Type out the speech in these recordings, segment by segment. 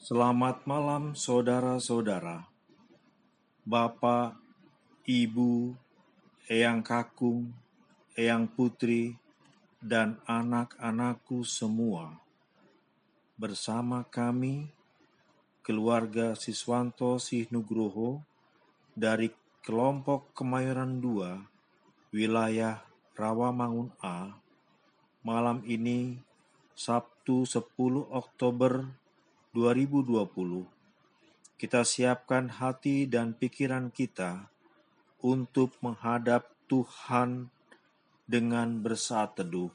Selamat malam saudara-saudara, Bapak, Ibu, Eyang Kakung, Eyang Putri, dan anak-anakku semua. Bersama kami, keluarga Siswanto Sihnugroho dari kelompok Kemayoran 2, wilayah Rawamangun A, malam ini Sabtu 10 Oktober 2020, kita siapkan hati dan pikiran kita untuk menghadap Tuhan dengan bersaat teduh.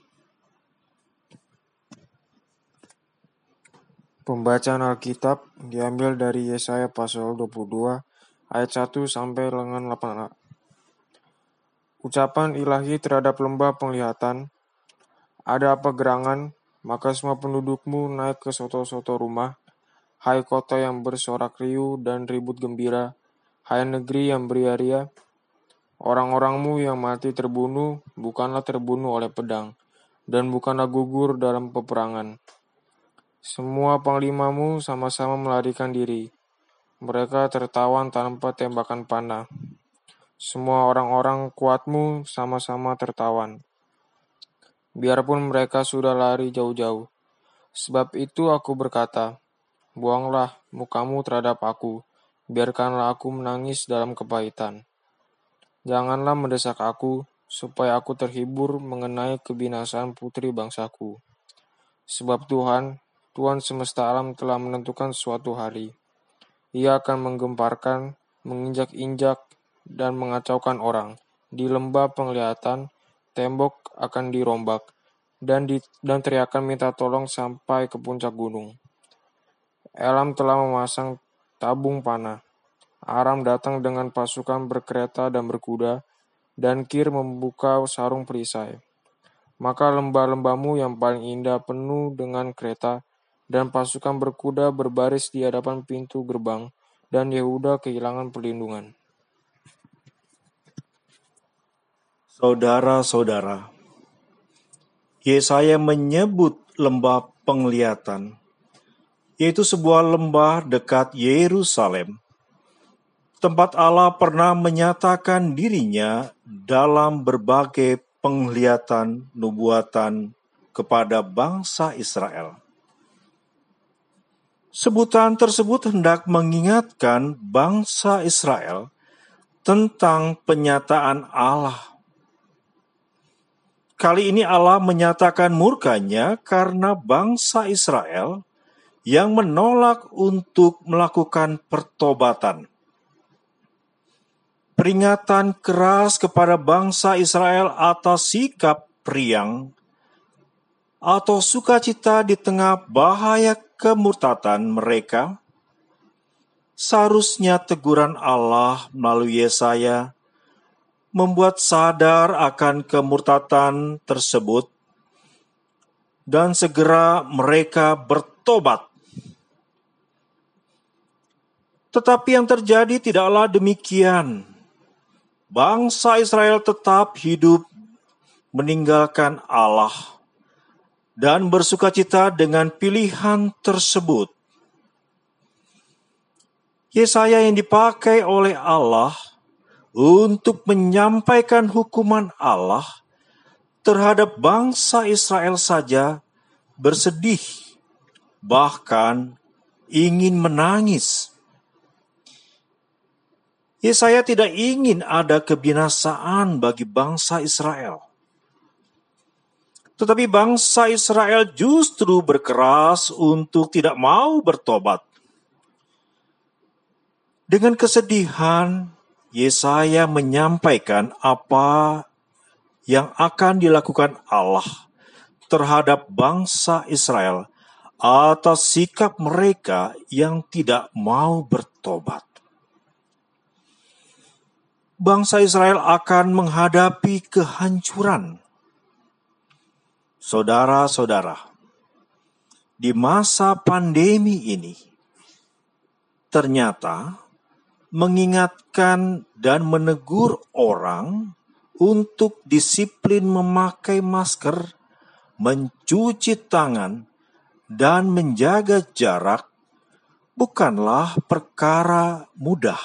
Pembacaan Alkitab diambil dari Yesaya pasal 22 ayat 1 sampai dengan 8a. Ucapan ilahi terhadap lembah penglihatan. Ada apa gerangan, maka semua pendudukmu naik ke soto-soto rumah. Hai kota yang bersorak riuh dan ribut gembira, hai negeri yang beria-ria. Orang-orangmu yang mati terbunuh, bukanlah terbunuh oleh pedang, dan bukanlah gugur dalam peperangan. Semua panglimamu sama-sama melarikan diri. Mereka tertawan tanpa tembakan panah. Semua orang-orang kuatmu sama-sama tertawan. Biarpun mereka sudah lari jauh-jauh. Sebab itu aku berkata, buanglah mukamu terhadap aku, biarkanlah aku menangis dalam kepahitan. Janganlah mendesak aku, supaya aku terhibur mengenai kebinasaan putri bangsaku. Sebab Tuhan semesta alam telah menentukan suatu hari. Ia akan menggemparkan, menginjak-injak, dan mengacaukan orang. Di lembah penglihatan, tembok akan dirombak, dan teriakan minta tolong sampai ke puncak gunung. Elam telah memasang tabung panah. Aram datang dengan pasukan berkereta dan berkuda, dan Kir membuka sarung perisai. Maka lembah-lembahmu yang paling indah penuh dengan kereta, dan pasukan berkuda berbaris di hadapan pintu gerbang, dan Yehuda kehilangan perlindungan. Saudara-saudara, Yesaya menyebut lembah penglihatan, yaitu sebuah lembah dekat Yerusalem, tempat Allah pernah menyatakan dirinya dalam berbagai penglihatan nubuatan kepada bangsa Israel. Sebutan tersebut hendak mengingatkan bangsa Israel tentang penyataan Allah. Kali ini Allah menyatakan murkanya karena bangsa Israel yang menolak untuk melakukan pertobatan. Peringatan keras kepada bangsa Israel atas sikap riang atau sukacita di tengah bahaya kemurtatan mereka. Seharusnya teguran Allah melalui Yesaya membuat sadar akan kemurtatan tersebut dan segera mereka bertobat. Tetapi yang terjadi tidaklah demikian. Bangsa Israel tetap hidup meninggalkan Allah dan bersukacita dengan pilihan tersebut. Yesaya yang dipakai oleh Allah untuk menyampaikan hukuman Allah terhadap bangsa Israel saja bersedih, bahkan ingin menangis. Yesaya tidak ingin ada kebinasaan bagi bangsa Israel. Tetapi bangsa Israel justru berkeras untuk tidak mau bertobat. Dengan kesedihan, Yesaya menyampaikan apa yang akan dilakukan Allah terhadap bangsa Israel atas sikap mereka yang tidak mau bertobat. Bangsa Israel akan menghadapi kehancuran. Saudara-saudara, di masa pandemi ini, ternyata mengingatkan dan menegur orang untuk disiplin memakai masker, mencuci tangan, dan menjaga jarak bukanlah perkara mudah.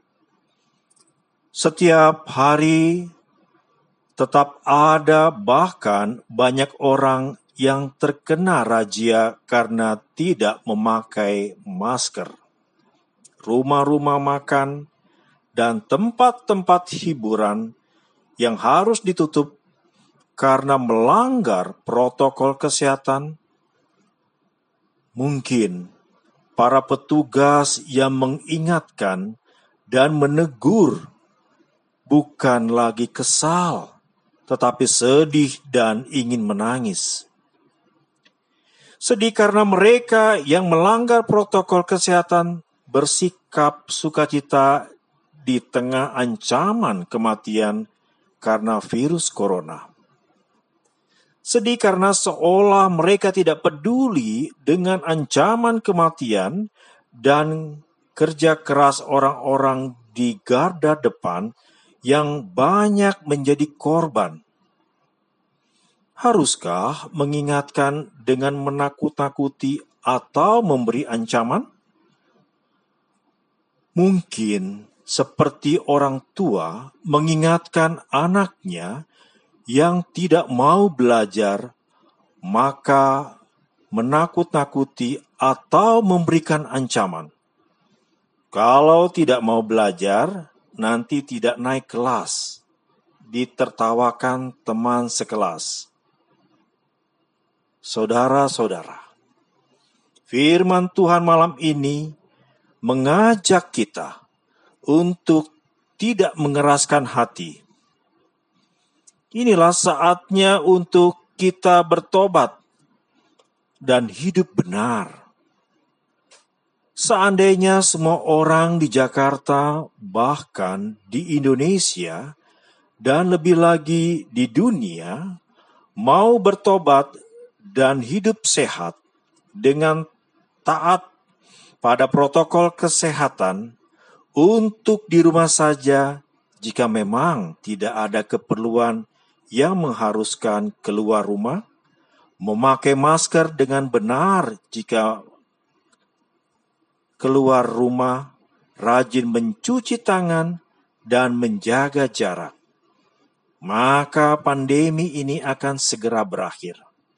Setiap hari tetap ada bahkan banyak orang yang terkena razia karena tidak memakai masker. Rumah-rumah makan dan tempat-tempat hiburan yang harus ditutup karena melanggar protokol kesehatan. Mungkin para petugas yang mengingatkan dan menegur bukan lagi kesal, tetapi sedih dan ingin menangis. Sedih karena mereka yang melanggar protokol kesehatan bersikap sukacita di tengah ancaman kematian karena virus corona. Sedih karena seolah mereka tidak peduli dengan ancaman kematian dan kerja keras orang-orang di garda depan yang banyak menjadi korban. Haruskah mengingatkan dengan menakut-nakuti atau memberi ancaman? Mungkin seperti orang tua mengingatkan anaknya yang tidak mau belajar, maka menakut-nakuti atau memberikan ancaman. Kalau tidak mau belajar, nanti tidak naik kelas, ditertawakan teman sekelas. Saudara-saudara, firman Tuhan malam ini mengajak kita untuk tidak mengeraskan hati. Inilah saatnya untuk kita bertobat dan hidup benar. Seandainya semua orang di Jakarta, bahkan di Indonesia, dan lebih lagi di dunia, mau bertobat dan hidup sehat dengan taat pada protokol kesehatan untuk di rumah saja jika memang tidak ada keperluan yang mengharuskan keluar rumah, memakai masker dengan benar jika keluar rumah, rajin mencuci tangan, dan menjaga jarak. Maka pandemi ini akan segera berakhir.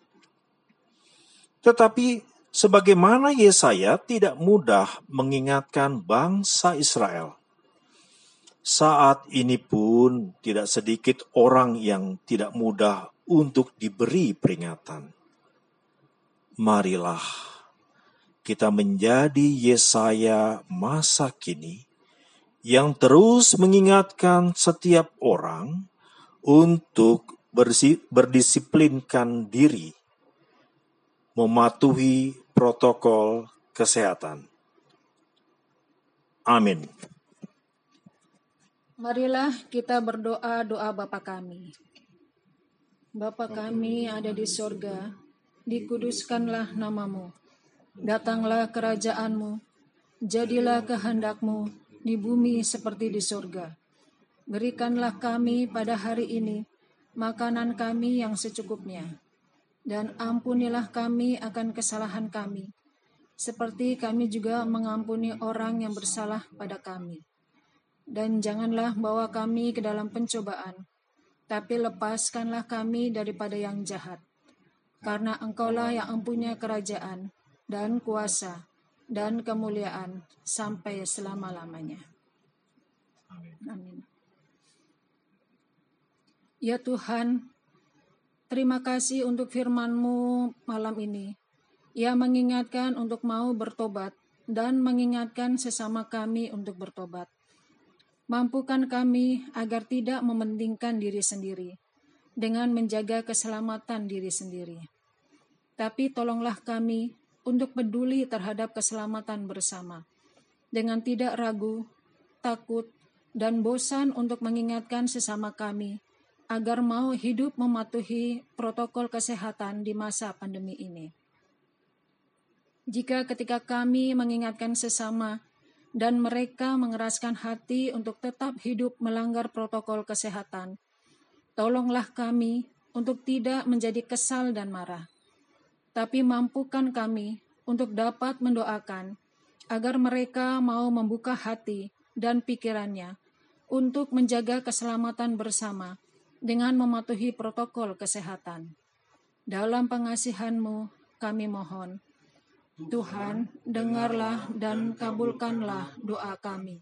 Tetapi sebagaimana Yesaya tidak mudah mengingatkan bangsa Israel, saat ini pun tidak sedikit orang yang tidak mudah untuk diberi peringatan. Marilah kita menjadi Yesaya masa kini yang terus mengingatkan setiap orang untuk berdisiplinkan diri, mematuhi protokol kesehatan. Amin. Marilah kita berdoa doa Bapa kami. Bapa kami ada di sorga, dikuduskanlah namamu. Datanglah kerajaanmu, jadilah kehendakmu di bumi seperti di sorga. Berikanlah kami pada hari ini makanan kami yang secukupnya. Dan ampunilah kami akan kesalahan kami, seperti kami juga mengampuni orang yang bersalah pada kami. Dan janganlah bawa kami ke dalam pencobaan, tapi lepaskanlah kami daripada yang jahat. Karena Engkaulah yang mempunyai kerajaan, dan kuasa, dan kemuliaan, sampai selama-lamanya. Amin. Ya Tuhan, terima kasih untuk firman-Mu malam ini. Ia mengingatkan untuk mau bertobat, dan mengingatkan sesama kami untuk bertobat. Mampukan kami agar tidak mementingkan diri sendiri dengan menjaga keselamatan diri sendiri. Tapi tolonglah kami untuk peduli terhadap keselamatan bersama, dengan tidak ragu, takut, dan bosan untuk mengingatkan sesama kami agar mau hidup mematuhi protokol kesehatan di masa pandemi ini. Jika ketika kami mengingatkan sesama, dan mereka mengeraskan hati untuk tetap hidup melanggar protokol kesehatan, tolonglah kami untuk tidak menjadi kesal dan marah, tapi mampukan kami untuk dapat mendoakan agar mereka mau membuka hati dan pikirannya untuk menjaga keselamatan bersama dengan mematuhi protokol kesehatan. Dalam pengasihan-Mu kami mohon. Tuhan, dengarlah dan kabulkanlah doa kami.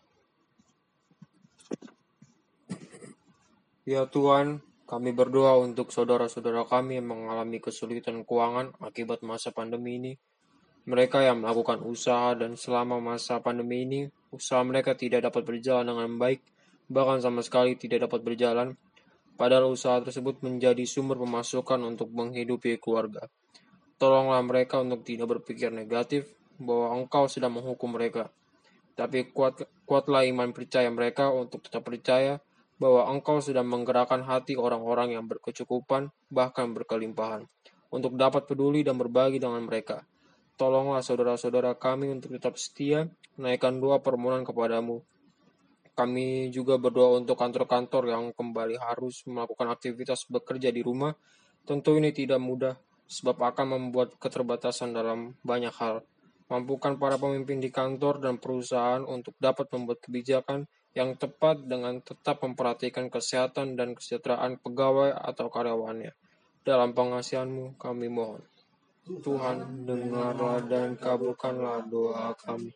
Ya Tuhan, kami berdoa untuk saudara-saudara kami yang mengalami kesulitan keuangan akibat masa pandemi ini. Mereka yang melakukan usaha dan selama masa pandemi ini, usaha mereka tidak dapat berjalan dengan baik, bahkan sama sekali tidak dapat berjalan, padahal usaha tersebut menjadi sumber pemasukan untuk menghidupi keluarga. Tolonglah mereka untuk tidak berpikir negatif bahwa Engkau sedang menghukum mereka, tapi kuatlah iman percaya mereka untuk tetap percaya bahwa Engkau sedang menggerakkan hati orang-orang yang berkecukupan, bahkan berkelimpahan, untuk dapat peduli dan berbagi dengan mereka. Tolonglah saudara-saudara kami untuk tetap setia, menaikkan doa permohonan kepadamu. Kami juga berdoa untuk kantor-kantor yang kembali harus melakukan aktivitas bekerja di rumah. Tentu ini tidak mudah, sebab akan membuat keterbatasan dalam banyak hal. Mampukan para pemimpin di kantor dan perusahaan untuk dapat membuat kebijakan yang tepat dengan tetap memperhatikan kesehatan dan kesejahteraan pegawai atau karyawannya. Dalam pengasihan-Mu kami mohon. Tuhan, dengarlah dan kabulkanlah doa kami.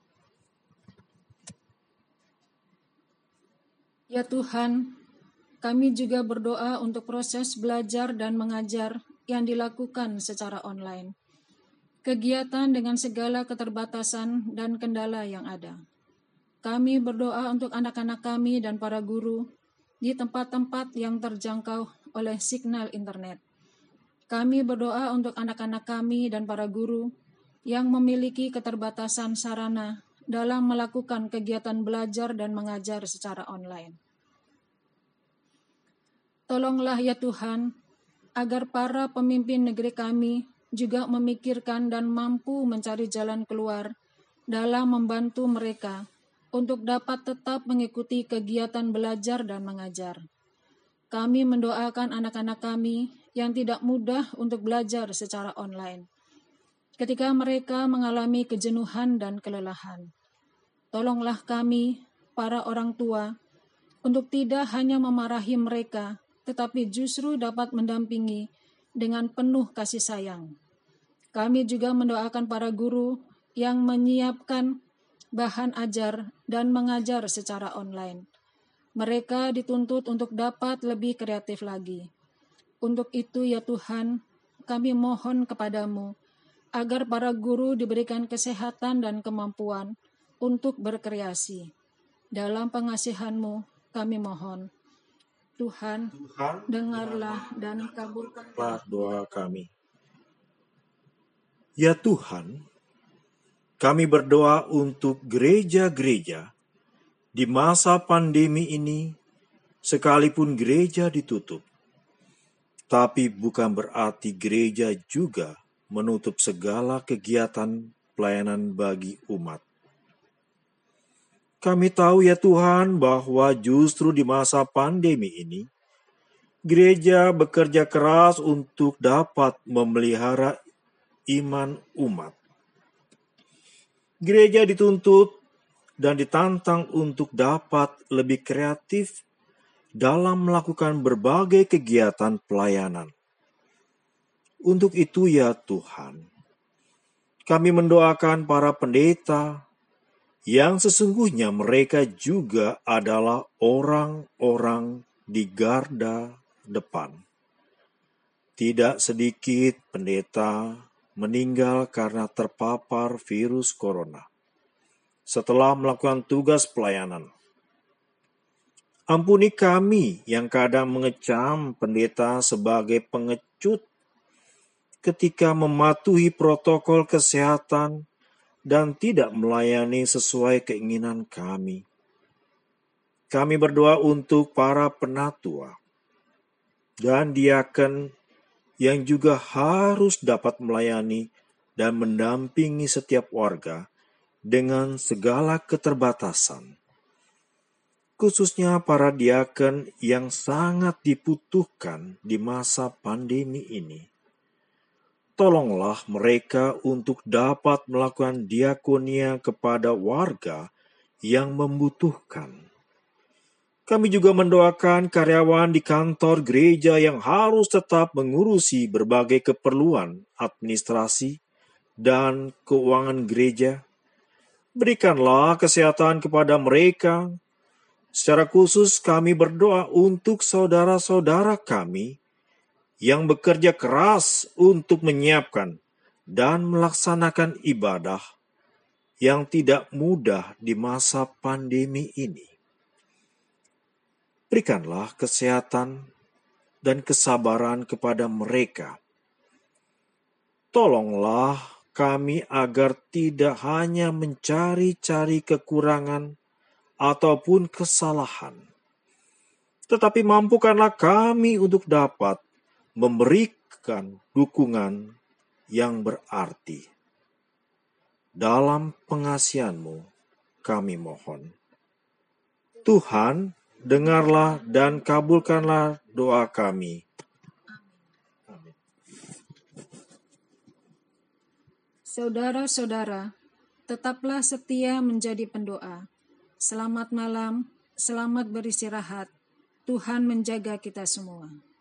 Ya Tuhan, kami juga berdoa untuk proses belajar dan mengajar yang dilakukan secara online. Kegiatan dengan segala keterbatasan dan kendala yang ada. Kami berdoa untuk anak-anak kami dan para guru di tempat-tempat yang terjangkau oleh signal internet. Kami berdoa untuk anak-anak kami dan para guru yang memiliki keterbatasan sarana dalam melakukan kegiatan belajar dan mengajar secara online. Tolonglah ya Tuhan, agar para pemimpin negeri kami juga memikirkan dan mampu mencari jalan keluar dalam membantu mereka untuk dapat tetap mengikuti kegiatan belajar dan mengajar. Kami mendoakan anak-anak kami yang tidak mudah untuk belajar secara online, ketika mereka mengalami kejenuhan dan kelelahan. Tolonglah kami, para orang tua, untuk tidak hanya memarahi mereka, tetapi justru dapat mendampingi dengan penuh kasih sayang. Kami juga mendoakan para guru yang menyiapkan bahan ajar dan mengajar secara online. Mereka dituntut untuk dapat lebih kreatif lagi. Untuk itu ya Tuhan, kami mohon kepadamu, agar para guru diberikan kesehatan dan kemampuan untuk berkreasi. Dalam pengasihan-Mu kami mohon. Tuhan, dengarlah dan kabulkanlah doa kami. Ya Tuhan, kami berdoa untuk gereja-gereja di masa pandemi ini, sekalipun gereja ditutup, tapi bukan berarti gereja juga menutup segala kegiatan pelayanan bagi umat. Kami tahu ya Tuhan bahwa justru di masa pandemi ini, gereja bekerja keras untuk dapat memelihara iman umat. Gereja dituntut dan ditantang untuk dapat lebih kreatif dalam melakukan berbagai kegiatan pelayanan. Untuk itu ya Tuhan, kami mendoakan para pendeta yang sesungguhnya mereka juga adalah orang-orang di garda depan. Tidak sedikit pendeta meninggal karena terpapar virus corona setelah melakukan tugas pelayanan. Ampuni kami yang kadang mengecam pendeta sebagai pengecut ketika mematuhi protokol kesehatan dan tidak melayani sesuai keinginan kami. Kami berdoa untuk para penatua dan diaken yang juga harus dapat melayani dan mendampingi setiap warga dengan segala keterbatasan, khususnya para diaken yang sangat dibutuhkan di masa pandemi ini. Tolonglah mereka untuk dapat melakukan diakonia kepada warga yang membutuhkan. Kami juga mendoakan karyawan di kantor gereja yang harus tetap mengurusi berbagai keperluan administrasi dan keuangan gereja. Berikanlah kesehatan kepada mereka. Secara khusus kami berdoa untuk saudara-saudara kami yang bekerja keras untuk menyiapkan dan melaksanakan ibadah yang tidak mudah di masa pandemi ini. Berikanlah kesehatan dan kesabaran kepada mereka. Tolonglah kami agar tidak hanya mencari-cari kekurangan ataupun kesalahan, tetapi mampukanlah kami untuk dapat memberikan dukungan yang berarti. Dalam pengasihan-Mu kami mohon. Tuhan, dengarlah dan kabulkanlah doa kami. Amin. Saudara-saudara, tetaplah setia menjadi pendoa. Selamat malam, selamat beristirahat. Tuhan menjaga kita semua.